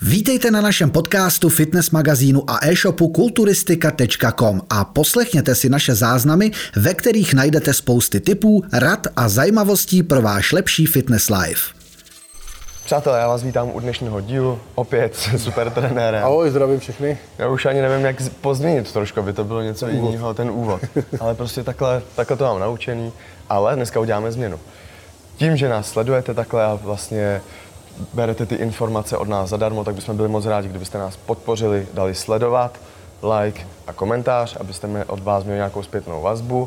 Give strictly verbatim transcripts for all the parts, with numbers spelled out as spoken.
Vítejte na našem podcastu, fitness magazínu a e-shopu kulturistika tečka com a poslechněte si naše záznamy, ve kterých najdete spousty tipů, rad a zajímavostí pro váš lepší fitness life. Přátelé, já vás vítám u dnešního dílu, opět se super trenérem. Ahoj, zdravím všechny. Já už ani nevím, jak pozměnit trošku, aby to bylo něco jiného, ten úvod. Ale prostě takhle, takhle to mám naučený, ale dneska uděláme změnu. Tím, že nás sledujete takhle a vlastně berete ty informace od nás zadarmo, tak bychom byli moc rádi, kdybyste nás podpořili, dali sledovat, like a komentář, abyste mě, od vás měli nějakou zpětnou vazbu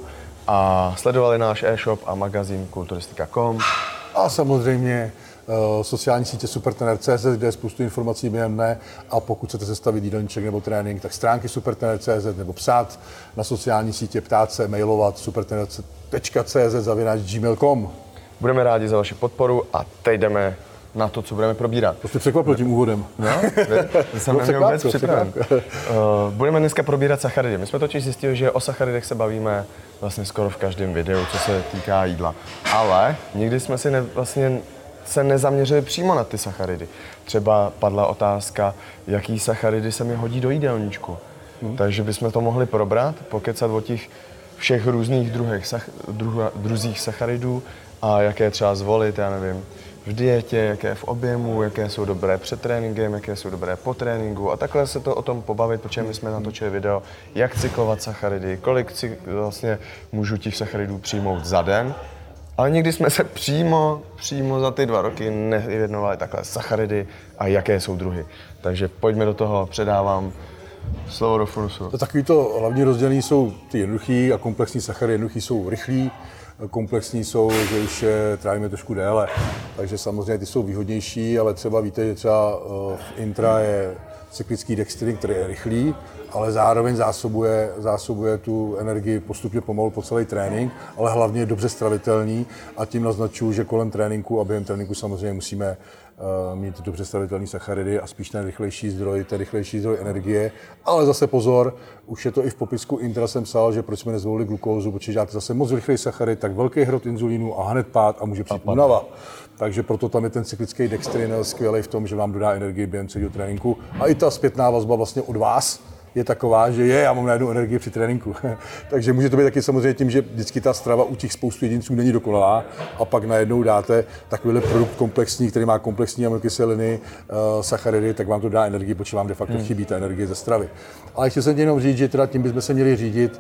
a sledovali náš e-shop a magazín kulturistika tečka com. A samozřejmě uh, sociální sítě supertrenér tečka cé zet, kde je spoustu informací během dne, a pokud chcete sestavit jídelníček nebo trénink, tak stránky supertrenér tečka cé zet nebo psát na sociální sítě, ptát se, mailovat supertrenér tečka cé zet zavináč gmail tečka com. Budeme rádi za vaši podporu a teď jdeme na to, co budeme probírat. To jste překvapil tím úvodem. No, to jsem neměl vůbec připraven. Uh, budeme dneska probírat sacharidy. My jsme totiž zjistili, že o sacharidech se bavíme vlastně skoro v každém videu, co se týká jídla. Ale nikdy jsme si ne, vlastně se nezaměřili přímo na ty sacharidy. Třeba padla otázka, jaký sacharidy se mi hodí do jídelníčku. Hmm. Takže bychom to mohli probrat, pokecat o těch všech různých druhých, sach, druh, druzích sacharidů a jaké třeba zvolit, já nevím, v dietě, jaké v objemu, jaké jsou dobré před tréninkem, jaké jsou dobré po tréninku a takhle se to o tom pobavit, protože my jsme natočili video, jak cyklovat sacharidy, kolik si vlastně můžu těch sacharidů přijmout za den, ale nikdy jsme se přímo, přímo za ty dva roky nevěnovali takhle sacharidy a jaké jsou druhy. Takže pojďme do toho, předávám slovo do funusu. Takový to hlavní rozdělení jsou ty jednoduchý a komplexní sacharidy. Jednoduchý jsou rychlí, komplexní jsou, že už je trávíme trošku déle, takže samozřejmě ty jsou výhodnější, ale třeba víte, že třeba v intra je cyklický dextrin, který je rychlý, ale zároveň zásobuje, zásobuje tu energii postupně pomalu po celý trénink, ale hlavně je dobře stravitelný a tím naznačuju, že kolem tréninku a během tréninku samozřejmě musíme uh, mít dobře stravitelný sacharidy a spíš ten rychlejší zdroj, ten rychlejší zdroj energie, ale zase pozor, už je to i v popisku intra jsem psal, že proč jsme nezvolili glukózu, protože dáte zase moc rychlej sacharid, tak velký hrot inzulínu a hned pád a může přijít únava. Takže proto tam je ten cyklický dextrin skvělý v tom, že vám dodá energii během celého tréninku. A i ta zpětná vazba vlastně od vás je taková, že je, já mám najednou energii při tréninku. Takže může to být taky samozřejmě tím, že vždycky ta strava u těch spoustu jedinců není dokonalá a pak najednou dáte takovýhle produkt komplexní, který má komplexní aminokyseliny, uh, sacharidy, tak vám to dá energii, protože vám de facto hmm. chybí ta energie ze stravy. Ale chtěl jsem jenom říct, že teda tím bychom se měli řídit,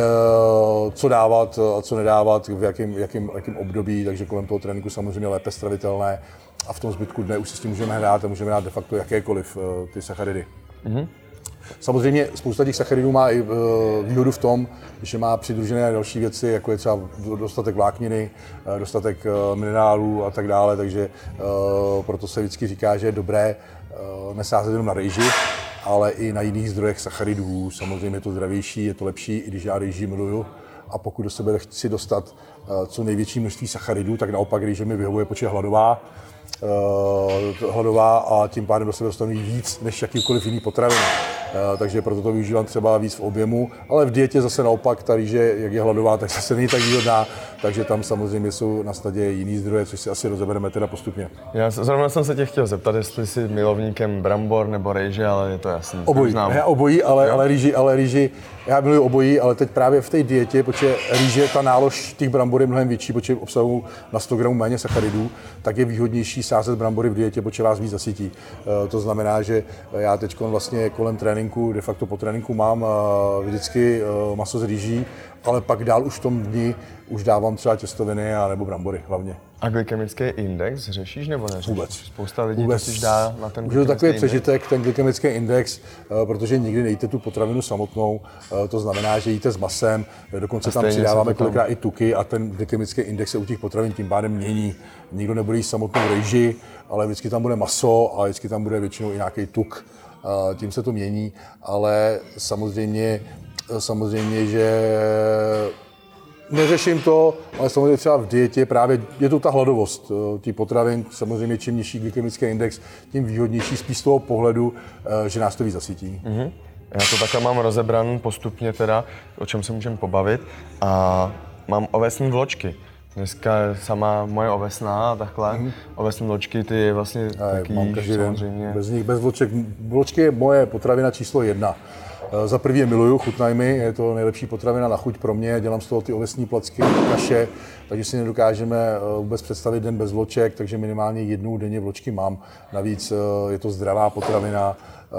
uh, co dávat a co nedávat, v jakém, jakém, jakém období, takže kolem toho tréninku samozřejmě lépe stravitelné a v tom zbytku dne už si s tím můžeme hrát a můžeme dát de facto jakékoliv uh, ty sacharidy. Hmm. Samozřejmě spousta těch sacharidů má i výhodu v tom, že má přidružené další věci, jako je třeba dostatek vlákniny, dostatek minerálů a tak dále, takže proto se vždycky říká, že je dobré nesázet jenom na rejži, ale i na jiných zdrojech sacharidů. Samozřejmě je to zdravější, je to lepší, i když já rejži miluju. A pokud do sebe chci dostat co největší množství sacharidů, tak naopak rejže mi vyhovuje, protože je hladová. Uh, hladová a tím pádem do sebe dostanu víc než jakýkoliv jiný potraviny. Uh, takže proto to využívám třeba víc v objemu, ale v dietě zase naopak ta rýže, jak je hladová, tak zase není tak výhodná, takže tam samozřejmě jsou na snadě jiný zdroje, což si asi rozebereme teda postupně. Já zrovna jsem se tě chtěl zeptat, jestli jsi milovníkem brambor nebo rejže, ale je to jasný. Obojí, já obojí, ale, ale rýži, ale rýži, já miluji obojí, ale teď právě v té dietě, protože rýže, ta nálož těch brambor je mnohem větší, protože obsahují na sto gramů méně sacharidů, tak je výhodnější sázet brambory v dietě, protože vás víc zasytí. To znamená, že já teď vlastně kolem tréninku, de facto po tréninku mám vždycky maso z rýží, ale pak dál už v tom dni už dávám třeba těstoviny a nebo brambory hlavně. A glykemický index řešíš nebo neřešíš? Vůbec. Spousta lidí Vůbec. to si dá na ten glykemický index. Je to takový přežitek, ten glykemický index, protože nikdy nejíte tu potravinu samotnou, to znamená, že jíte s masem, dokonce tam přidáváme kolikrát i tuky a ten glykemický index se u těch potravin tím pádem mění. Nikdo nebude jíst samotnou rejži, ale vždycky tam bude maso a vždycky tam bude většinou i nějaký tuk. Tím se to mění, ale samozřejmě, samozřejmě, že neřeším to, ale samozřejmě třeba v dietě právě je to ta hladovost těch potravin, samozřejmě čím nižší glykemický index, tím výhodnější spíš z toho pohledu, že nás to víc zasytí. Mm-hmm. Já to takhle mám rozebran postupně teda, o čem se můžeme pobavit a mám ovesní vločky. Dneska sama moje ovesná a takhle. Mm-hmm. Ovesné vločky, ty vlastně a taky mám každý samozřejmě. Den. Bez nich, bez vloček. Vločky je moje potravina číslo jedna. Za prvý je miluju, chutnají mi, je to nejlepší potravina na chuť pro mě, dělám z toho ty ovesní placky, kaše, takže si nedokážeme vůbec představit den bez vloček, takže minimálně jednou denně vločky mám. Navíc je to zdravá potravina,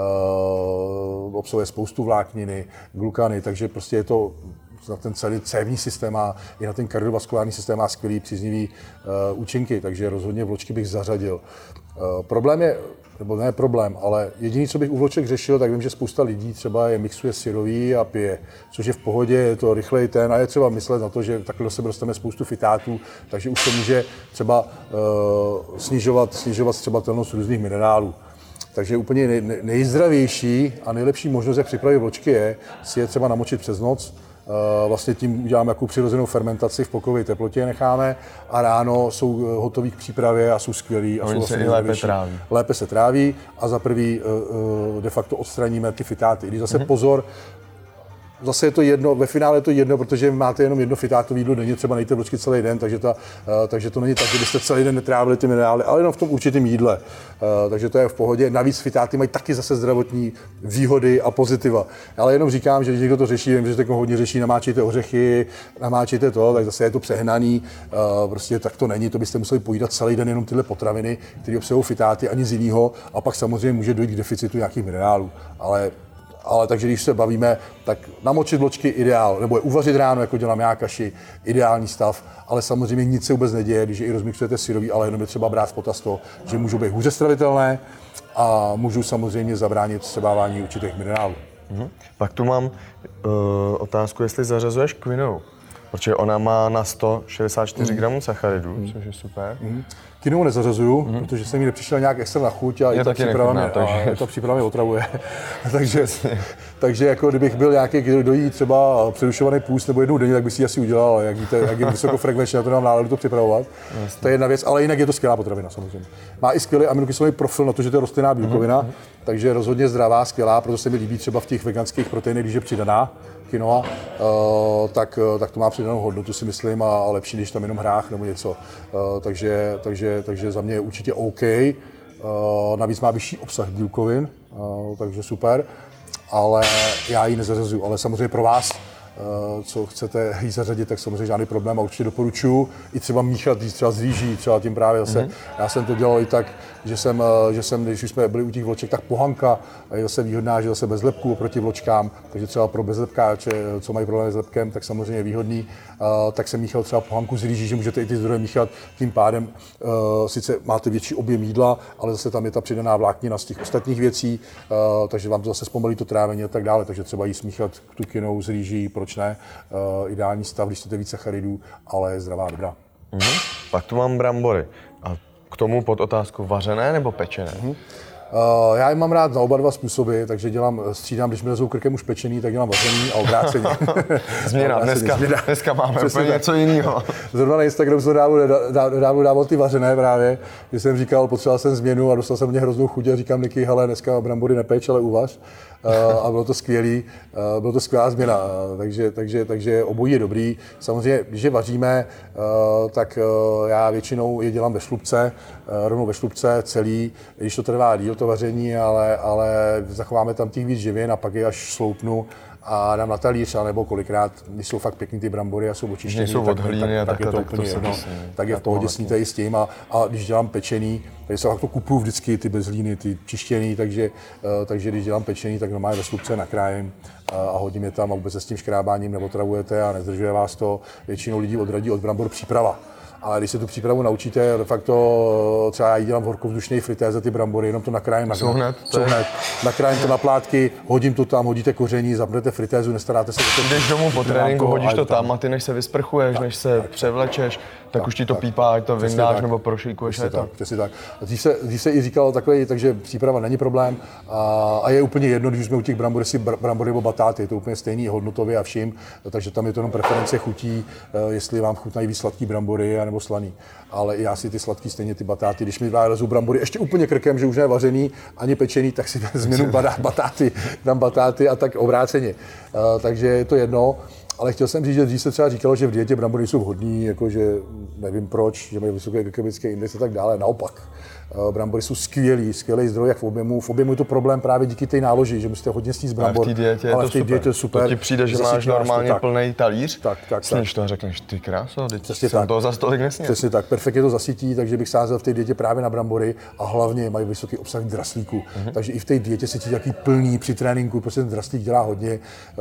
obsahuje spoustu vlákniny, glukany, takže prostě je to na ten celý cévní systém a i na ten kardiovaskulární systém má skvělý příznivý uh, účinky, takže rozhodně vločky bych zařadil. Uh, problém je, nebo ne problém, ale jediný, co bych u vloček řešil, tak vím, že spousta lidí třeba je mixuje syrový a pije, což je v pohodě, je to rychlej ten a je třeba myslet na to, že takhle do sebe dostaneme spoustu fitátů, takže už to může třeba uh, snižovat, snižovat střebatelnost různých minerálů. Takže úplně nej, nejzdravější a nejlepší možnost, jak připravit vločky, je si je třeba namočit přes noc. Vlastně tím uděláme jakou přirozenou fermentaci v pokojové teplotě je necháme a ráno jsou hotový k přípravě a jsou skvělý. A Oni jsou se vlastně i lépe tráví. Lépe se tráví a za prvý de facto odstraníme ty fitáty. Když zase mm-hmm. pozor, zase je to jedno, ve finále je to jedno, protože máte jenom jedno fitátové jídlo denně, třeba nejte vločky celý den, takže, ta, takže to není tak, že byste celý den netrávili ty minerály, ale jenom v tom určitém jídle. Takže to je v pohodě. Navíc fitáty mají taky zase zdravotní výhody a pozitiva. Ale jenom říkám, že když někdo to řeší, vím, že to hodně řeší, namáčejte ořechy, namáčejte to, tak zase je to přehnaný. Prostě tak to není, to byste museli pojídat celý den jenom tyhle potraviny, které obsahují fitáty a nic jiného, a pak samozřejmě může dojít k deficitu nějakých minerálů. Ale Ale takže když se bavíme, tak namočit vločky ideál, nebo je uvařit ráno, jako dělám já kaši, ideální stav, ale samozřejmě nic se vůbec neděje, když i rozmixujete syrový, ale jenom je třeba brát v potaz to, že můžou být hůře stravitelné a můžou samozřejmě zabránit vstřebávání určitých minerálů. Mhm. Pak tu mám uh, otázku, jestli zařazuješ kvinovu, protože ona má na sto šedesát čtyři mm. gramů sacharidů, mm. což je super. Mm. Kvinovu nezařazuju, mm. protože jsem mi nepřišel nějak extra na chuť a, i ta, příprava mě, takže... a ta příprava mě otravuje. takže, takže jako kdybych byl nějaký, kdo dojí třeba přerušovaný půst nebo jednou denně, tak bych si ji asi udělal, ale jak víte, jak je vysokofrekvenčně, na to nemám náladu to připravovat. Jasně. To je jedna věc, ale jinak je to skvělá potravina samozřejmě. Má i skvělý aminokyselový profil na to, že to je rostlinná bílkovina, mm. takže rozhodně zdravá, skvělá, proto se mi líbí třeba v těch veganských proteinech, když je přidaná quinoa, uh, tak, tak to má přidanou hodnotu, si myslím, a, a lepší, když tam jenom hrách nebo něco. Uh, takže, takže, takže za mě je určitě OK. Uh, navíc má vyšší obsah bílkovin, uh, takže super, ale já ji nezařazuju. Ale samozřejmě pro vás, uh, co chcete jí zařadit, tak samozřejmě žádný problém a určitě doporučuji i třeba míchat jí třeba z rýží, třeba tím právě zase. Mm-hmm. Já jsem to dělal i tak, že jsem, že jsem, když už jsme byli u těch vloček, tak pohanka je zase výhodná, že zase bez lepku oproti vločkám, takže třeba pro bezlepkáče, co mají problém s lepkem, tak samozřejmě je výhodný. Uh, tak jsem míchal třeba pohanku z rýží, že můžete i ty zdroje míchat, tím pádem uh, sice máte větší objem jídla, ale zase tam je ta přidaná vláknina z těch ostatních věcí, uh, takže vám to zase zpomalí to trávení a tak dále, takže třeba jí smíchat tu kinou z rýží, proč ne, uh, ideální stav, když chcete víc sacharidů, ale je zdravá, dobrá. Mm-hmm. Pak tu mám brambory. A k tomu pod otázku vařené nebo pečené? Mm-hmm. Uh, já je mám rád na oba dva způsoby, takže dělám, střídám, když mi lezou krkem už pečený, tak dělám vařený a obráceně. Změna, dneska, dneska máme Přesně úplně něco jiného. Zrovna na Instagramu jsem dával, dával, dával ty vařené právě, že jsem říkal, potřeboval jsem změnu a dostal jsem mě hroznou chuť a říkám Niky, hele, dneska brambory nepeč, ale uvař. Uh, a bylo to skvělý, uh, bylo to skvělá změna, uh, takže, takže, takže obojí je dobrý. Samozřejmě, když je vaříme, uh, tak uh, já většinou je dělám ve šlupce, uh, rovnou ve šlupce celý, když to trvá díl to vaření, ale, ale zachováme tam těch víc živin a pak je až sloupnu a dám na talíř, nebo kolikrát, když jsou fakt pěkný ty brambory a jsou očištěný, jsou tak, hlíny, tak, tak, tak je to tak úplně to jedno, myslím, tak je v pohodě, sníte i s tím a, a když dělám pečený, takže se fakt to kupuju vždycky ty bez hlíny, ty čištěný, takže, uh, takže když dělám pečený, tak normálně ve slupce nakrájím uh, a hodím je tam a vůbec se s tím škrábáním neotravujete a nezdržuje vás to. Většinou lidí odradí od brambor příprava. Ale když se tu přípravu naučíte, de facto třeba já ji dělám v horkovzdušné fritéze, ty brambory, jenom to nakrájím na hned, hned. Nakrájím to na plátky, hodím to tam, hodíte koření, zapnete fritézu, nestaráte se. Jdeš domů po tréninku, hodíš to tam a ty než se vysprchuješ, tak, než se tak, převlečeš, tak, tak už ti to tak, pípá, ať to vyndáš tak, nebo prošíkuješ. Přesně tak, přesně tak. A dřív se, dřív se i říkalo takhle, takže příprava není problém a, a je úplně jedno, když jsme u těch brambor, jestli brambory nebo batáty, je to úplně stejný hodnotově a vším, takže tam je to jenom preference chutí, jestli vám chutnají víc sladký brambory nebo slaný. Ale já si ty sladký, stejně ty batáty, když mi lezou brambory ještě úplně krkem, že už ne vařený ani pečený, tak si změnu batáty, dám batáty a tak obráceně. Uh, takže je to jedno. Ale chtěl jsem říct, že dřív se třeba říkalo, že v dietě brambory jsou vhodný, jakože nevím proč, že mají vysoké glykemické index a tak dále. Naopak, brambory jsou skvělý, skvělý zdroj jak v objemu. V objemu je to problém právě díky té náloži, že musíte hodně sníst brambor. Ale v té dietě je ale to v té dietě je super. To ti přijde, že máš normálně plný talíř, tak, tak, sníš to a řekneš, ty kráso, teď Přesně jsem tak. toho za stolik nesněl. Přesně tak, perfektně to zasytí, takže bych sázel v té dietě právě na brambory a hlavně mají vysoký obsah draslíku. Mm-hmm. Takže i v té dietě se cítí jaký plný při tréninku, prostě ten draslík dělá hodně.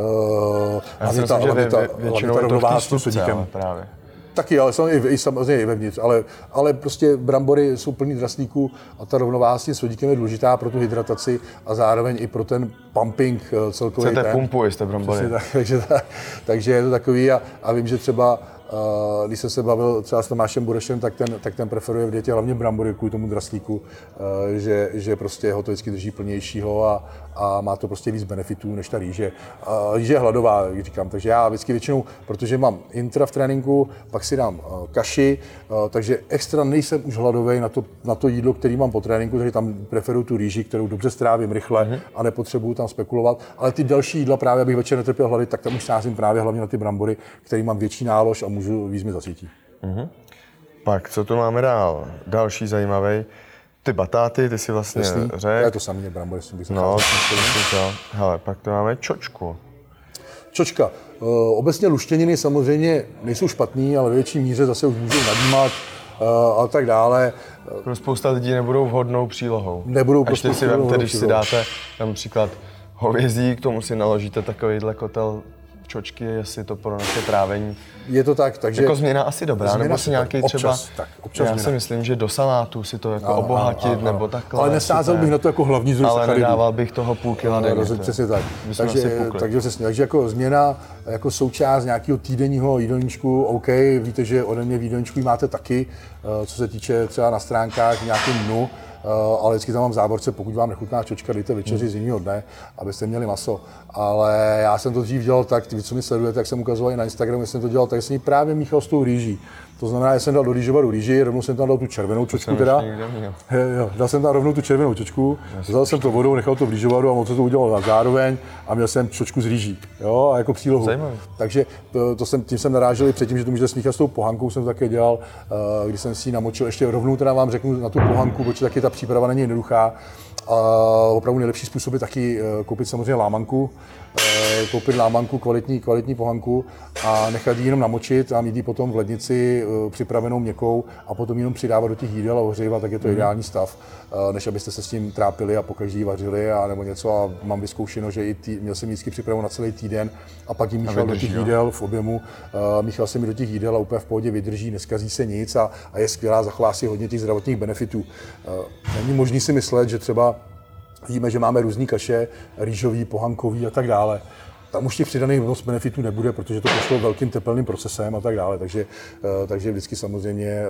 Uh, Já si myslím, že vě, vě, většinou je to v té slupce, právě. Taky, ale samozřejmě i, samozřejmě i vevnitř, ale, ale prostě brambory jsou plný draslíků a ta rovnováha s tím sodíkem je důležitá pro tu hydrataci a zároveň i pro ten pumping celkový. Chcete pumpu, jste brambory. Tak, takže, takže je to takový a, a vím, že třeba Uh, když jsem se bavil třeba s Tomášem Burešem, tak ten, tak ten preferuje v dietě hlavně brambory kvůli tomu draslíku, uh, že, že prostě ho to vždycky drží plnějšího a, a má to prostě víc benefitů než ta rýže. Uh, rýže je hladová, jak říkám, takže já vždycky většinou, protože mám intra v tréninku, pak si dám uh, kaši, uh, takže extra nejsem už hladový na to, na to jídlo, který mám po tréninku, takže tam preferuju tu rýži, kterou dobře strávím rychle mm-hmm. a nepotřebuju tam spekulovat, ale ty další jídla právě, abych večer netrpěl hlady, tak tam už sázím právě hlavně na ty brambory, který mám větší nálož a můžu víc mi zacítit. Mm-hmm. Pak, co tu máme dál? Další zajímavý. Ty batáty, ty si vlastně řekl. Je to samý, brambory jsem bych No, to to. Hele, pak tu máme čočku. Čočka. Uh, obecně luštěniny samozřejmě nejsou špatný, ale ve větší míře zase už můžou nadýmat uh, a tak dále. Pro spousta lidí nebudou vhodnou přílohou. Nebudou prostě si vemte, když si dáte například hovězí, k tomu si naložíte takovýhle kotel čočky, jestli to pro naše trávení. Je to tak, takže... Jako změna asi dobrá, změna nebo si nějaký třeba... Občas, tak, občas já změna. si myslím, že do salátu si to jako ano, obohatit, ano, ano. nebo takhle. Ale nesázel bych na to jako hlavní zdroj ale sacharidů. nedával bych toho půl kila denně. No, přesně tak. Takže, takže, přesně, takže jako změna, jako součást nějakého týdenního jídelníčku, OK, víte, že ode mě v jídelníčku máte taky, co se týče třeba na stránkách nějakým dnu, Uh, ale vždycky tam mám v závorce, pokud vám nechutná čočka, dejte večeři z jiného dne, abyste měli maso. Ale já jsem to dřív dělal tak, vy co mi sledujete, jak jsem ukazoval i na Instagramu, jsem to dělal tak, jsem ji právě míchal s tou rýží. To znamená, že jsem dal do rýžovaru rýži, rovnou jsem tam dal tu červenou čočku teda. Jo, dal jsem tam rovnou tu červenou čočku, vzal jsem to vodou, nechal to v rýžovaru a moc to udělal zároveň a měl jsem čočku z rýží, jo, a jako přílohu. Zajímavé. Takže to, to jsem, tím jsem narážel i předtím, že to můžete smíchat s tou pohankou, jsem to také dělal, když jsem si ji namočil, ještě rovnou teda vám řeknu na tu pohanku, protože taky ta příprava není jednoduchá. A opravdu nejlepší způsob je taky koupit samozřejmě lámanku, koupit lámanku, kvalitní, kvalitní pohanku a nechat ji jenom namočit a mít ji potom v lednici připravenou měkkou a potom jenom přidávat do těch jídel a ohřívat, tak je to mm. ideální stav, než abyste se s tím trápili a pokaždý vařili a nebo něco a mám vyzkoušeno, že i tý, měl jsem vždycky připravenou na celý týden a pak ji míchal do těch jídel v objemu, míchal jsem ji do těch jídel a úplně v pohodě vydrží, neskazí se nic a, a je skvělá, zachová si hodně těch zdravotních benefitů. Není možný si myslet, že třeba víme, že máme různý kaše, rýžový, pohankový a tak dále. Tam už těch přidaných moc benefitů nebude, protože to prošlo velkým tepelným procesem a tak dále. Takže, takže vždycky samozřejmě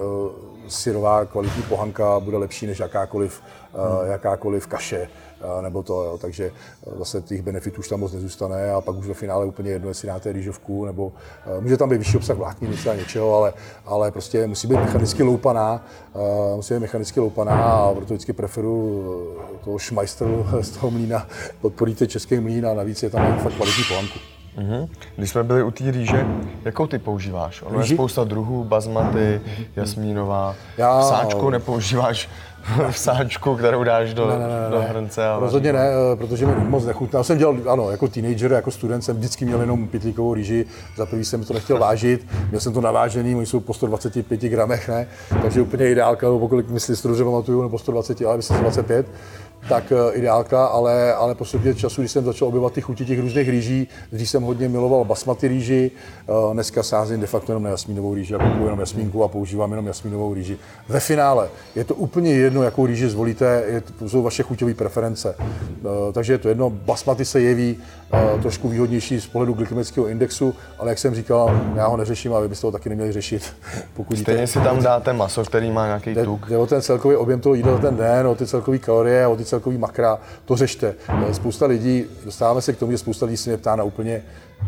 syrová kvalitní pohanka bude lepší než jakákoliv, hmm. jakákoliv kaše. Nebo to, jo. Takže zase těch benefitů už tam moc nezůstane a pak už ve finále úplně jedno, jestli dáte rýžovku, nebo může tam být vyšší obsah vlákniny a něčeho, ale, ale prostě musí být mechanicky loupaná, musí být mechanicky loupaná a proto vždycky preferuji toho šmajstru z toho mlýna, podporíte český mlýn a navíc je tam fakt kvalitní pohanku. Mm-hmm. Když jsme byli u té rýže, jakou ty používáš? Ono Rýži? Je spousta druhů, bazmati, jasmínová. Já... V sáčku nepoužíváš v sáčku, kterou dáš do, ne, ne, ne, do hrnce? A rozhodně ne, protože mi moc nechutná. Já jsem dělal, ano, jako teenager, jako student jsem vždycky měl jenom pytlíkovou rýži. Za prvý jsem to nechtěl vážit, měl jsem to navážený, oni jsou po sto dvacet pět gramech, ne? Takže úplně ideálka, nebo kolik myslí, si to dobře pamatuju, nebo sto dvacet, ale myslím sto dvacet pět. Tak ideálka, ale, ale postupně času, když jsem začal objevat ty chuti těch různých rýží, když jsem hodně miloval basmati rýži, dneska sázím de facto jenom na jasmínovou rýži, já kupuju jenom jasmínku a používám jenom jasmínovou rýži. Ve finále je to úplně jedno, jakou rýži zvolíte, je, to jsou vaše chuťové preference. Takže je to jedno, basmati se jeví trošku výhodnější z pohledu glykemického indexu, ale jak jsem říkal, já ho neřeším a vy byste ho taky neměli řešit. Pokud stejně si tam dáte maso, který má nějaký tuk. Jde o ten celkový objem toho jídla ten den, o ty celkové kalorie, o ty celkový makra, to řešte. Spousta lidí, dostáváme se k tomu, že spousta lidí se mě ptá na úplně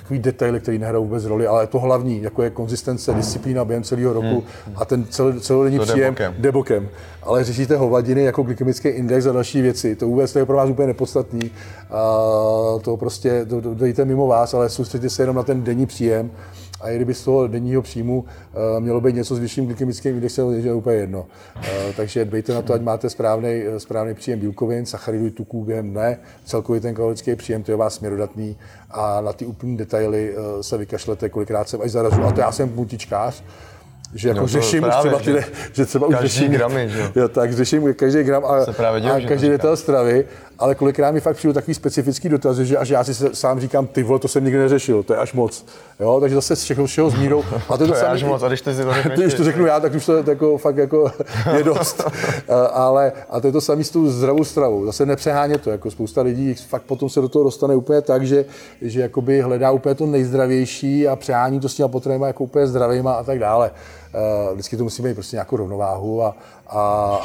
takový detaily, který nehrajou vůbec roli, ale to hlavní, jako je konzistence, disciplína během celého roku hmm. a ten cel, celodenní to příjem jde bokem. Ale řešíte hovadiny jako glykemický index a další věci. To vůbec je pro vás úplně nepodstatný. A to prostě to, to dejte mimo vás, ale soustředěte se jenom na ten denní příjem. A i kdyby z toho denního příjmu uh, mělo být něco s vyšším glykemickým indexem, je úplně jedno. Uh, takže dbejte na to, ať máte správný, správný příjem bílkovin, sacharidů, tuků během dne, celkový ten kalorický příjem, to je vás směrodatný a na ty úplné detaily uh, se vykašlete, kolikrát jsem až zarazu. A to já jsem puntičkář, že jako no řeším už třeba, že, že třeba už řeším, gramy, že? Jo, tak řeším každý gram a, dělám, a každý detail stravy, ale kolikrát mi fakt přijdu takový specifický dotazy, že až já si sám říkám, ty vole, to jsem nikdy neřešil, to je až moc. Jo, takže zase z všeho, všeho s mírou. A to, to je až moc, a když to si to řekneš, když to řeknu já, tak už to jako, fakt jako je dost. Ale a to je to samé s tou zdravou stravou. Zase nepřeháně to, jako spousta lidí fakt potom se do toho dostane úplně tak, že, že jakoby hledá úplně to nejzdravější a přehání to s těma potravima jako úplně zdravýma a tak dále. Vždycky to musí mít prostě nějakou rovnováhu a, a,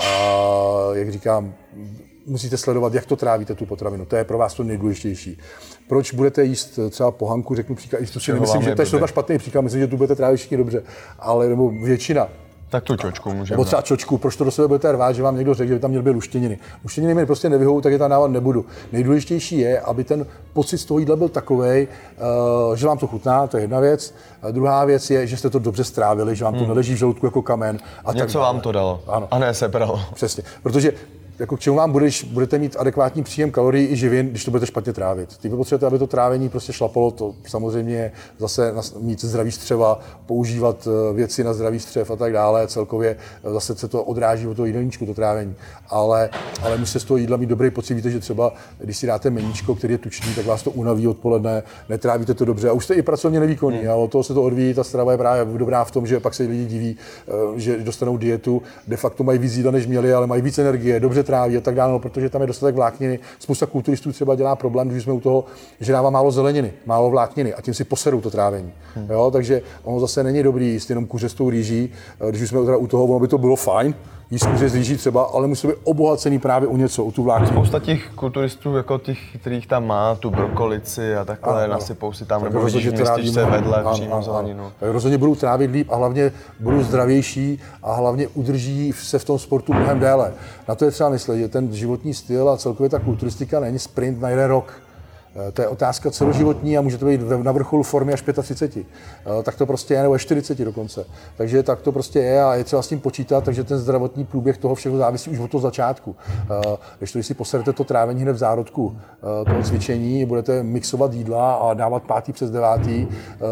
a jak říkám, musíte sledovat, jak to trávíte tu potravinu. To je pro vás to nejdůležitější. Proč budete jíst třeba pohanku, řeknu příklad, to si nemyslím, že to je zrovna špatný příklad, myslím, že tu budete trávit všichni dobře, ale nebo většina. Tak tu čočku můžeme. Nebo třeba čočku, proč to do sebe budete rvát, že vám někdo řekl, že by tam měl být luštěniny. Luštěniny mi prostě nevyhovují, tak je tam dávat nebudu. Nejdůležitější je, aby ten pocit z toho jídla byl takovej, uh, že vám to chutná, to je jedna věc. A druhá věc je, že jste to dobře strávili, že vám to hmm. neleží v žaludku jako kamen. A něco tak vám to dalo, ano. A ne sebralo. Přesně, protože jako k čemu vám bude, když budete mít adekvátní příjem kalorií i živin, když to budete špatně trávit. Ty potřebujete, aby to trávení prostě šlapalo, to samozřejmě zase mít zdravý střeva, používat věci na zdravý střev a tak dále, celkově zase se to odráží od toho jídelníčku, to trávení. Ale, ale musíte z toho jídla mít dobrý pocit, víte, že třeba když si dáte meníčko, který je tučný, tak vás to unaví odpoledne, netrávíte to dobře a už jste i pracovně nevýkonní, hmm. a od toho se to odvíjí, ta strava je právě dobrá v tom, že pak se lidi diví, že dostanou dietu, de facto mají víc jídla, než měli, ale mají víc energie, dobře tráví a tak dále, no, protože tam je dostatek vlákniny. Spousta kulturistů třeba dělá problém, když jsme u toho, že dává málo zeleniny, málo vlákniny a tím si poserou to trávení. Hmm. Jo, takže ono zase není dobrý jíst jenom kuře s tou rýží, když už jsme teda u toho, ono by to bylo fajn, jíst kuře z rýží třeba, ale musí být obohacený právě u něco, u tu vlákninu. Spousta těch kulturistů, jako těch, kterých tam má, tu brokolici a takhle, ano, nasypou si tam, nebo vidíš v městičce vedle ano, přímo zeleninu. Rozhodně budou trávit líp a hlavně budou zdravější a hlavně udrží se v tom sportu mnohem déle. Na to je třeba myslet, že ten životní styl a celkově ta kulturistika není sprint na jeden rok. To je otázka celoživotní a může to být na vrcholu formy až třicet pět. Tak to prostě je, nebo čtyřicet dokonce. Takže tak to prostě je a je třeba s tím počítat, takže ten zdravotní průběh toho všeho závisí už od toho začátku. Když to, když si poserete to trávení hned v zárodku toho cvičení, budete mixovat jídla a dávat pátý přes devátý,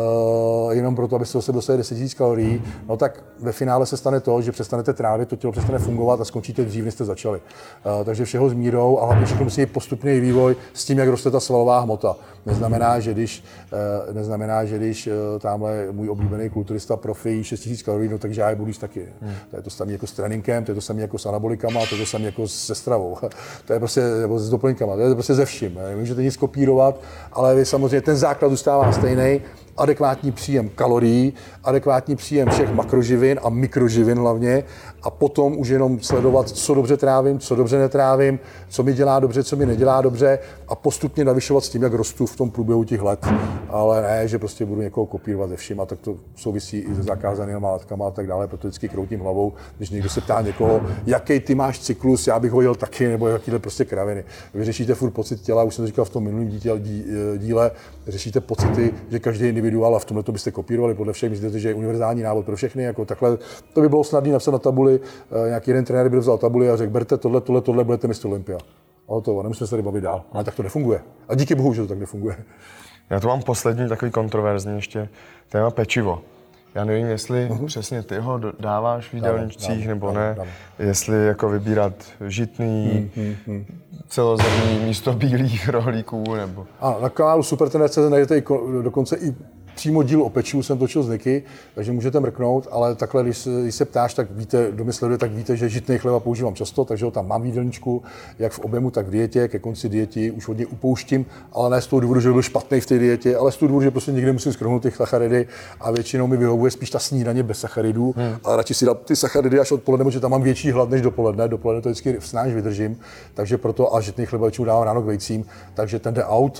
jenom proto, abyste do sebe dostali deset tisíc kalorií, no tak ve finále se stane to, že přestanete trávit, to tělo přestane fungovat a skončíte dřív, než jste začali. Takže všeho s mírou a hlavně všechno musí být postupný vývoj s tím, jak roste ta svalová hmota. Neznamená, že když, neznamená, že když tamhle můj oblíbený kulturista profi jí šest tisíc kalorií, no takže já je budu jíst taky. Hmm. To je to samé jako s tréninkem, to je to samé jako s anabolikama, to je to samé jako se stravou. To je prostě, nebo s doplňkama, to je prostě ze vším. Nemůžete nic kopírovat, ale vy samozřejmě ten základ zůstává stejný. Adekvátní příjem kalorií, adekvátní příjem všech makroživin a mikroživin hlavně a potom už jenom sledovat, co dobře trávím, co dobře netrávím, co mi dělá dobře, co mi nedělá dobře a postupně navyšovat s tím, jak rostu v tom průběhu těch let. Ale ne, že prostě budu někoho kopírovat ze vším a tak to souvisí i se zakázanými látkami a tak dále, proto vždycky kroutím hlavou, když někdo se ptá někoho, jaký ty máš cyklus, já bych ho jel taky, nebo jakýhle prostě kraviny. Vy řešíte furt pocit těla, už jsem to říkal v tom minulém díle, řešíte pocity, že každý individuál a v tomhle to byste kopírovali podle všech, myslíte, že je univerzální návod pro všechny, jako takhle, to by bylo snadné napsat na tabuli, nějaký jeden trenér by vzal tabuli a řekl, berte tohle, tohle, tohle, budete mistr Olympia. A hotovo, nemusíme se tady bavit dál, ale tak to nefunguje. A díky bohu, že to tak nefunguje. Já tu mám poslední takový kontroverzní ještě téma pečivo. Já nevím, jestli uh-huh. přesně ty ho dáváš v jídelníčcích nebo dáme, ne, dáme. Jestli jako vybírat žitný, hmm, hmm, celozrnný místo bílých rohlíků nebo... Ano, na kanálu Supertrenér tečka cé zet najdete i, dokonce i přímo díl o pečivu jsem točil z Niky, takže můžete mrknout, ale takhle, když, když se ptáš, tak víte, kdo mi sleduje, tak víte, že žitný chleba používám často, takže ho tam mám v jídelníčku, jak v objemu, tak v dietě, ke konci diety už hodně upouštím, ale ne z toho důvodu, že byl špatný v té dietě, ale z toho důvodu, že prostě někde musím skrhnout ty sacharidy a většinou mi vyhovuje spíš ta snídaně bez sacharidů, hmm. ale radši si dám ty sacharidy až odpoledne, protože tam mám větší hlad než dopoledne, dopoledne to vždycky snáž vydržím, takže proto a žitný chleba většinou dávám ráno k vejcím, takže ten jde out.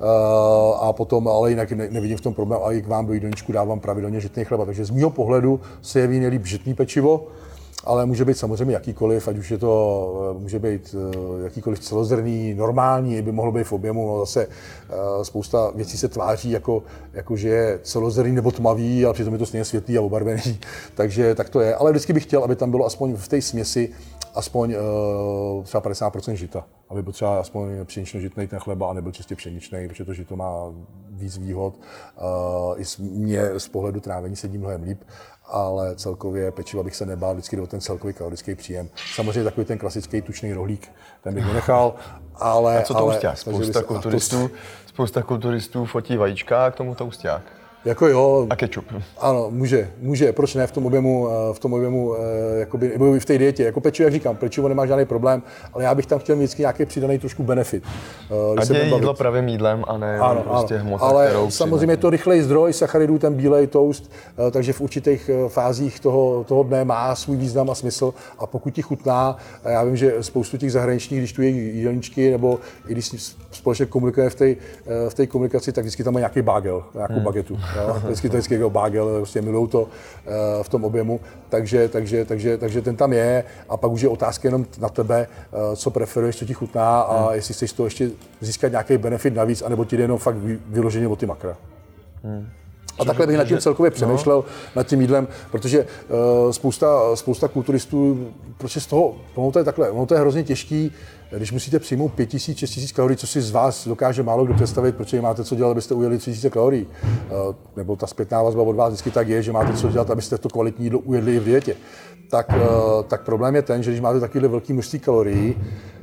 a potom, ale jinak nevidím v tom problém, a i k vám do jídelníčku dávám pravidelně žitný chleba. Takže z mýho pohledu se jeví nejlíp žitný pečivo, ale může být samozřejmě jakýkoliv, ať už je to, může být jakýkoliv celozrnný, normální, by mohlo být v objemu, no zase spousta věcí se tváří jako, jako že je celozrný nebo tmavý, ale přitom je to stejně světlý a obarvený, takže tak to je. Ale vždycky bych chtěl, aby tam bylo aspoň v té směsi aspoň uh, třeba padesát procent žita, aby byl třeba aspoň pšenično-žitnej ten chleba a nebyl čistě pšeničnej, protože to žito má víc výhod. Uh, I mě z pohledu trávení sedí mnohem líp, ale celkově pečiva bych se nebál, vždycky jde o ten celkový kalorický příjem. Samozřejmě takový ten klasický tučný rohlík, ten bych nenechal, ale... A co tousták? Spousta kulturistů, spousta kulturistů fotí vajíčka a k tomu tousták. Jako jo. A kečup. Ano, může, může, proč ne v tom objemu, v tom objemu, jakoby, nebo v té dietě. Jako pečivo, jak říkám, pečivo nemá žádný problém, ale já bych tam chtěl mít vždycky nějaký přidaný trošku benefit. Ať je jídlo pravým jídlem a ne ano, prostě ano. hmota, ale kterou samozřejmě je to rychlej zdroj sacharidů, ten bílej toast, takže v určitých fázích toho, toho dne má svůj význam a smysl, a pokud ti chutná, a já vím, že spoustu těch zahraničních, když tu její jídelníčky, nebo i když společně komunikujeme v té v té komunikaci, tak vždycky tam má nějaký bagel, nějakou hmm. bagetu. Jo? Vždycky to vždycky jako bagel, prostě milujou to uh, v tom objemu, takže, takže, takže, takže ten tam je, a pak už je otázka jenom na tebe, uh, co preferuješ, co ti chutná, a hmm. jestli chceš to ještě získat nějaký benefit navíc, anebo ti jde jenom fakt vyloženě o ty makra. Hmm. A takhle bych nad tím celkově přemýšlel, no. nad tím jídlem, protože uh, spousta, spousta kulturistů, protože z toho, ono to je takhle, ono to je hrozně těžký, když musíte přijmout pět tisíc, šest tisíc kalorií, co si z vás dokáže málo kdo představit, protože máte co dělat, abyste ujeli tři tisíce kalorií. Uh, nebo ta zpětná vazba od vás vždycky tak je, že máte co dělat, abyste to kvalitní jídlo ujedli i v dietě. Tak, uh, tak problém je ten, že když máte takovéhle velké množství kalorií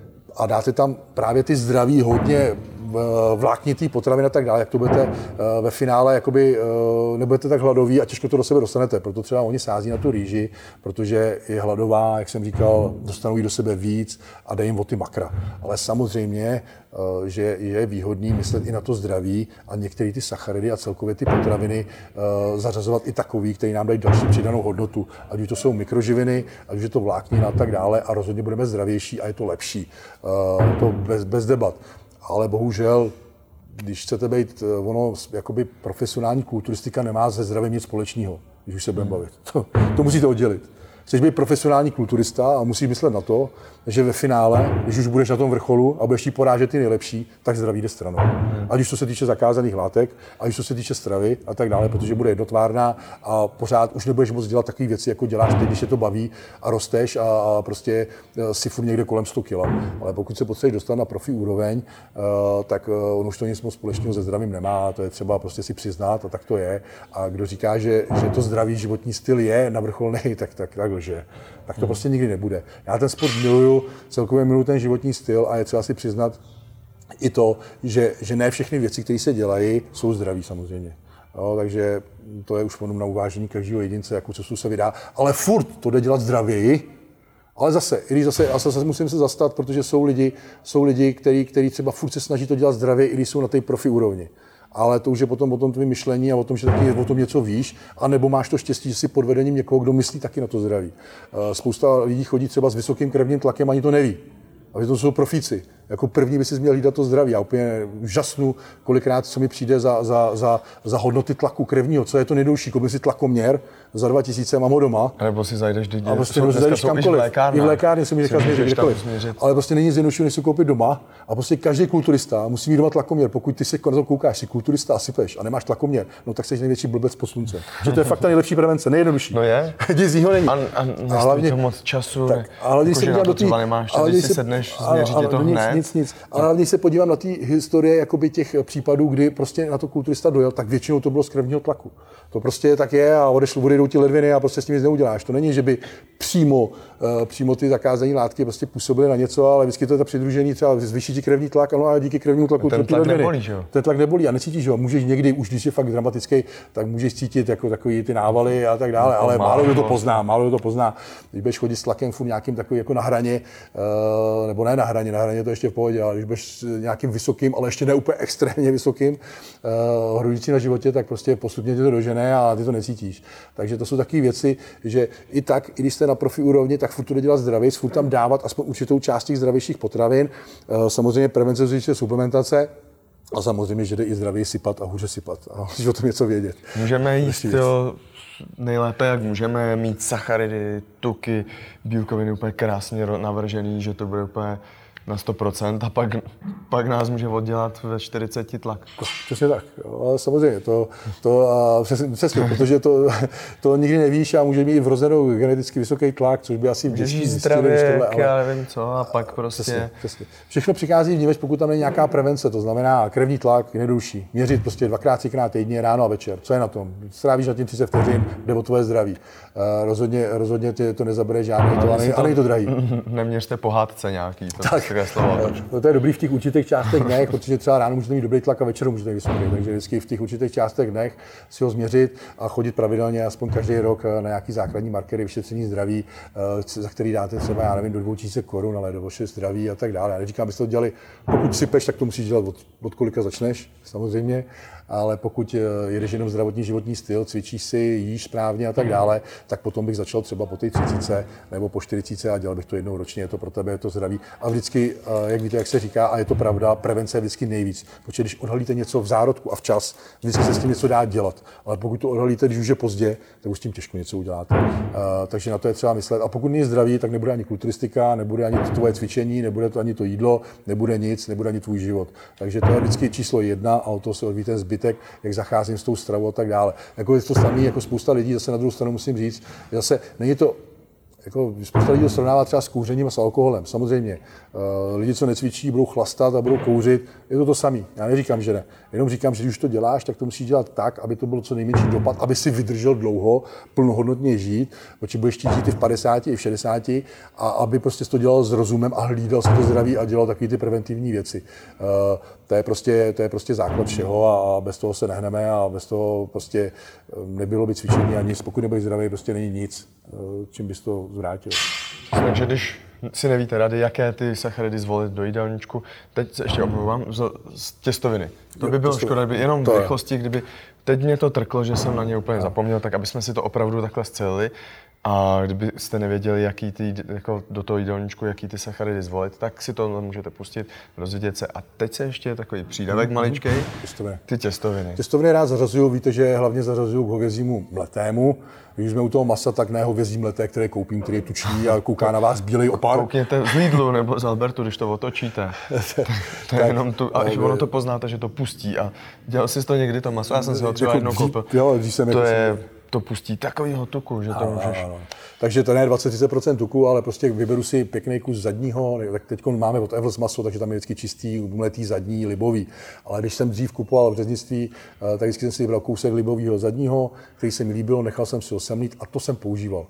a dáte tam právě ty zdraví, hodně vláknitý potravin a tak dále, jak to budete ve finále, jakoby nebudete tak hladoví a těžko to do sebe dostanete. Proto třeba oni sází na tu rýži, protože je hladová, jak jsem říkal, dostanou jí do sebe víc a dají jim o ty makra. Ale samozřejmě, že je výhodný myslet i na to zdraví a některé ty sacharidy a celkově ty potraviny zařazovat i takový, který nám dají další přidanou hodnotu. Ať už to jsou mikroživiny, ať už je to vláknina a tak dále, a rozhodně budeme zdravější a je to lepší. To bez, bez debat. Ale bohužel, když chcete být, ono, jakoby profesionální kulturistika nemá se zdravím nic společného, když už se budeme bavit. To, to musíte oddělit. Chceš být profesionální kulturista a musíš myslet na to, že ve finále, když už budeš na tom vrcholu a budeš jí porážet ty nejlepší, tak zdraví jde stranou. Ať už to se týče zakázaných látek, ať už to se týče stravy a tak dále, protože bude jednotvárná a pořád už nebudeš moc dělat takové věci, jako děláš teď, když je to baví a rosteš a, a prostě si furt někde kolem sto kila. Ale pokud se potřebuješ dostat na profi úroveň, tak on už to nic moc společného se zdravím nemá, to je třeba prostě si přiznat, a tak to je. A kdo říká, že, že to zdravý životní styl je na vrcholnej, tak, tak, tak lže. Tak to hmm. prostě nikdy nebude. Já ten sport miluju, celkově miluju ten životní styl, a je třeba si přiznat i to, že, že ne všechny věci, které se dělají, jsou zdraví samozřejmě. Jo, takže to je už potom na uvážení každého jedince, jakou cestu se vydá. Ale furt to jde dělat zdravěji. Ale zase, i když zase, a zase musím se zastat, protože jsou lidi, jsou lidi, kteří, kteří třeba furt se snaží to dělat zdravě, i když jsou na té profi úrovni. Ale to už je potom o tom tvým myšlení a o tom, že taky o tom něco víš, anebo máš to štěstí, že jsi pod vedením někoho, kdo myslí taky na to zdraví. Spousta lidí chodí třeba s vysokým krevním tlakem, ani to neví. A to jsou profíci. Jako první by si měl hlídat to zdraví. Já úplně žasnu, kolikrát, co mi přijde za, za, za, za hodnoty tlaku krevního, co je to nejdoužší. Koupím si tlakoměr za dva tisíce, mám ho doma. A nebo si zajdeš do a prostě nebo zajdeš kamkoliv. I v lékárně si můžeš nechat změřit. Ale prostě není jednodušší, než si koupit doma. A prostě každý kulturista musí mít doma tlakoměr. Pokud ty se na to koukáš, si kulturista a sypeš a nemáš tlakoměr, no tak jsi největší blbec pod sluncem. Že to je fakt ta nejlepší prevence, nejjednodušší. No je. Nic z něho není. A, a, a hlavně to moc času. Tak, ale když se podívám do té, nemáš, když si sedneš, změří tě to hned. Nic, nic. Ale hlavně se podívám na té historie jakoby těch případů, kdy prostě na to kulturista dojel, tak většinou to bylo z krevního tlaku. To prostě tak je a odešlo, odejdou ti ledviny a prostě s tím nic neuděláš. To není, že by přímo, uh, přímo ty zakázané látky prostě působily na něco, ale vždycky to je ta přidružení, třeba zvýší ti krevní tlak, ano, a díky krevnímu tlaku ten tlak nebolí, že jo? Ten tlak nebolí a necítíš ho. Můžeš někdy, už když je fakt dramatický, tak můžeš cítit jako takový ty návaly a tak dále, ale málo kdo to pozná, málo kdo to pozná. Když budeš chodit s tlakem furt nějakým takový jako na hraně, uh, nebo ne na hraně, na hraně to ještě v pohodě, ale když budeš nějakým vysokým, ale ještě ne úplně extrémně vysokým, uh, hrující na životě, tak prostě postupně tě to dožene a ty to necítíš. Takže to jsou takové věci, že i tak, i když jste na profi úrovni, tak furt to dělat zdravě, furt tam dávat aspoň určitou část těch zdravějších potravin. Uh, samozřejmě prevence zvíře suplementace. A samozřejmě, že jde i zdravěji sypat a hůře sypat. A musíš o tom něco vědět. Můžeme jíst to nejlépe, jak můžeme, mít sacharidy, tuky, bílkoviny úplně krásně navržený, že to bude úplně na sto procent a pak, pak nás může oddělat ve čtyřiceti tlak. Přesně tak. Ale samozřejmě, to, to a přesně, přesně, protože to, to nikdy nevíš a může mít vrozenou geneticky vysoký tlak, což by asi vždycky zjistili. Ale... já nevím co a pak prostě... Přesně, přesně. Všechno přichází v němeč, pokud tam není nějaká prevence, to znamená krevní tlak, jednodušší. Měřit prostě dvakrát, třikrát týdně, ráno a večer. Co je na tom? Strávíš na tím třicet vteřin, jde o tvoje zdraví. Uh, rozhodně, rozhodně tě to nezabere žádný to, ale není to drahý. Neměřte pohádce nějaký. To tak, slovo. To, to je dobrý v těch určitých částech dnech, protože třeba ráno můžete mít dobrý tlak a večer můžete mít vysoký. Takže vždycky v těch určitých částech dnech si ho změřit a chodit pravidelně aspoň každý rok na nějaký základní markery vyšetření zdraví, za který dáte třeba, já nevím, do dvou tisíc korun, ale do vaše zdraví a tak dále. Já neříkám, abyste to dělali, pokud sypeš, tak to musíš dělat od, od kolika začneš, samozřejmě. Ale pokud jedeš jenom zdravotní životní styl, cvičíš si, jíš správně a tak dále, tak potom bych začal třeba po té třicítce nebo po čtyřicítce a dělal bych to jednou ročně, je to pro tebe, je to zdraví. A vždycky, jak víte, jak se říká, a je to pravda, prevence je vždycky nejvíc. Protože když odhalíte něco v zárodku a včas, vždycky se s tím něco dá dělat. Ale pokud to odhalíte, když už je pozdě, tak už s tím těžko něco uděláte. Takže na to je třeba myslet. A pokud není zdraví, tak nebude ani kulturistika, nebude ani tvoje cvičení, nebude to ani to jídlo, nebude nic, nebude ani tvůj život. Takže to je vždycky číslo jedna a o to se odvíjí ten zbytek, jak zacházím s tou stravou a tak dále. Jako je to samé, jako spousta lidí, zase na druhou stranu musím říct, že zase není to, jako spousta lidí to srovnává třeba s kouřením a s alkoholem. Samozřejmě, lidi, co necvičí, budou chlastat a budou kouřit, je to to samé. Já neříkám, že ne. Jenom říkám, že když už to děláš, tak to musíš dělat tak, aby to bylo co nejmenší dopad, aby si vydržel dlouho, plnohodnotně žít, protože budeš chtít žít i v padesáti, i v šedesáti, a aby prostě to dělal s rozumem a hlídal si to zdraví a dělal takové ty preventivní věci. To je prostě, to je prostě základ všeho a bez toho se nehneme a bez toho prostě nebylo by cvičení a nic. Pokud nebudeš zdravý, prostě není nic, čím bys to zvrátil. Takže když si nevíte rady, jaké ty sacharidy zvolit do jídelníčku, teď se ještě omlouvám, z těstoviny. To by bylo těstoviny. Škoda, kdyby jenom v rychlosti, kdyby teď mě to trklo, že jsem na ně úplně zapomněl, tak aby jsme si to opravdu takhle scelili. A kdybyste nevěděli, jaký ty, jako do toho jídelníčku, jaký ty sacharidy zvolit, tak si to můžete pustit, rozvědět se. A teď se ještě takový přídavek maličkej, těstoviny. Ty těstoviny. Těstoviny rád zařazuju, víte, že hlavně zařazuju k hovězímu mletému. Když jsme u toho masa, tak ne hovězí mleté, které koupím, který je tučný a kouká na vás bílej opar. Koukněte z Lidlu nebo z Albertu, když to otočíte. To je jenom tu, a ono to poznáte, že to pustí. A dělal jsi to někdy to maso? Já jsem si ho třeba jednou koupil. Jo, když jsem to je... To pustí takovýho tuku, že to ano, můžeš... Ano. Takže to ne dvacet až třicet procent tuku, ale prostě vyberu si pěkný kus zadního, tak teď máme od Evels maso, takže tam je vždycky čistý, mletý zadní, libový. Ale když jsem dřív kupoval v řeznictví, tak vždycky jsem si vybral kousek libového zadního, který se mi líbil, nechal jsem si ho semlít a to jsem používal.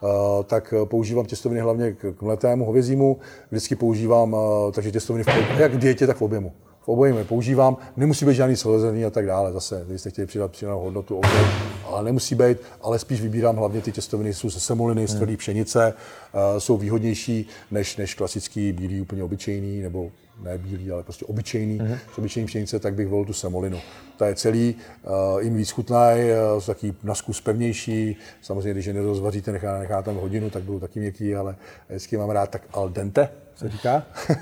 Tak používám těstoviny hlavně k mletému hovězímu, vždycky používám, takže těstoviny v, jak v dietě, tak v objemu. V obojím je používám, nemusí být žádný slozený a tak dále. Zase, když jste chtěli přidat přidanou hodnotu, oboj, ale nemusí být, ale spíš vybírám hlavně ty těstoviny, jsou ze semoliny, z tvrdé pšenice, uh, jsou výhodnější než, než klasický bílý, úplně obyčejný, nebo ne bílý, ale prostě obyčejný, mm-hmm. z obyčejný pšenice, tak bych volil tu semolinu. To je celý, uh, jim víc chutnají, uh, jsou taky na zkus pevnější, samozřejmě, když je nerozvaříte, nechá, nechá tam hodinu, tak budou taky měkký, ale vždycky mám rád tak al dente, se říká.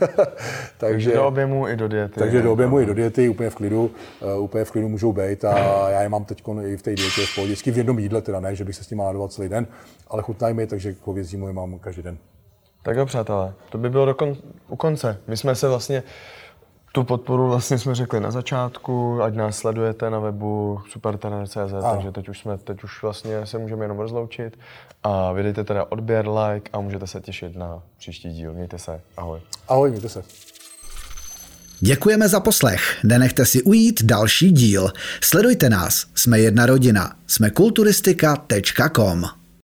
takže do objemu i do diety. Takže do objemu i do diety, úplně v klidu, uh, úplně v klidu můžou být a já je mám teď i v té dietě v pohodě, vždycky v jednom jídle, teda ne, že bych se s tím mal nadovat celý den, ale chutnají mi, takže k hovězímu je mám každý den. Tak jo, přátelé, to by bylo do kon- u konce. My jsme se vlastně, tu podporu vlastně jsme řekli na začátku, ať nás sledujete na webu supertrener tečka cé zet, takže teď už jsme, teď už vlastně se můžeme jenom rozloučit a vydejte teda odběr, like a můžete se těšit na příští díl. Mějte se, ahoj. Ahoj, mějte se. Děkujeme za poslech. Nenechte si ujít další díl. Sledujte nás. Jsme jedna rodina. Jsme kulturistika tečka com.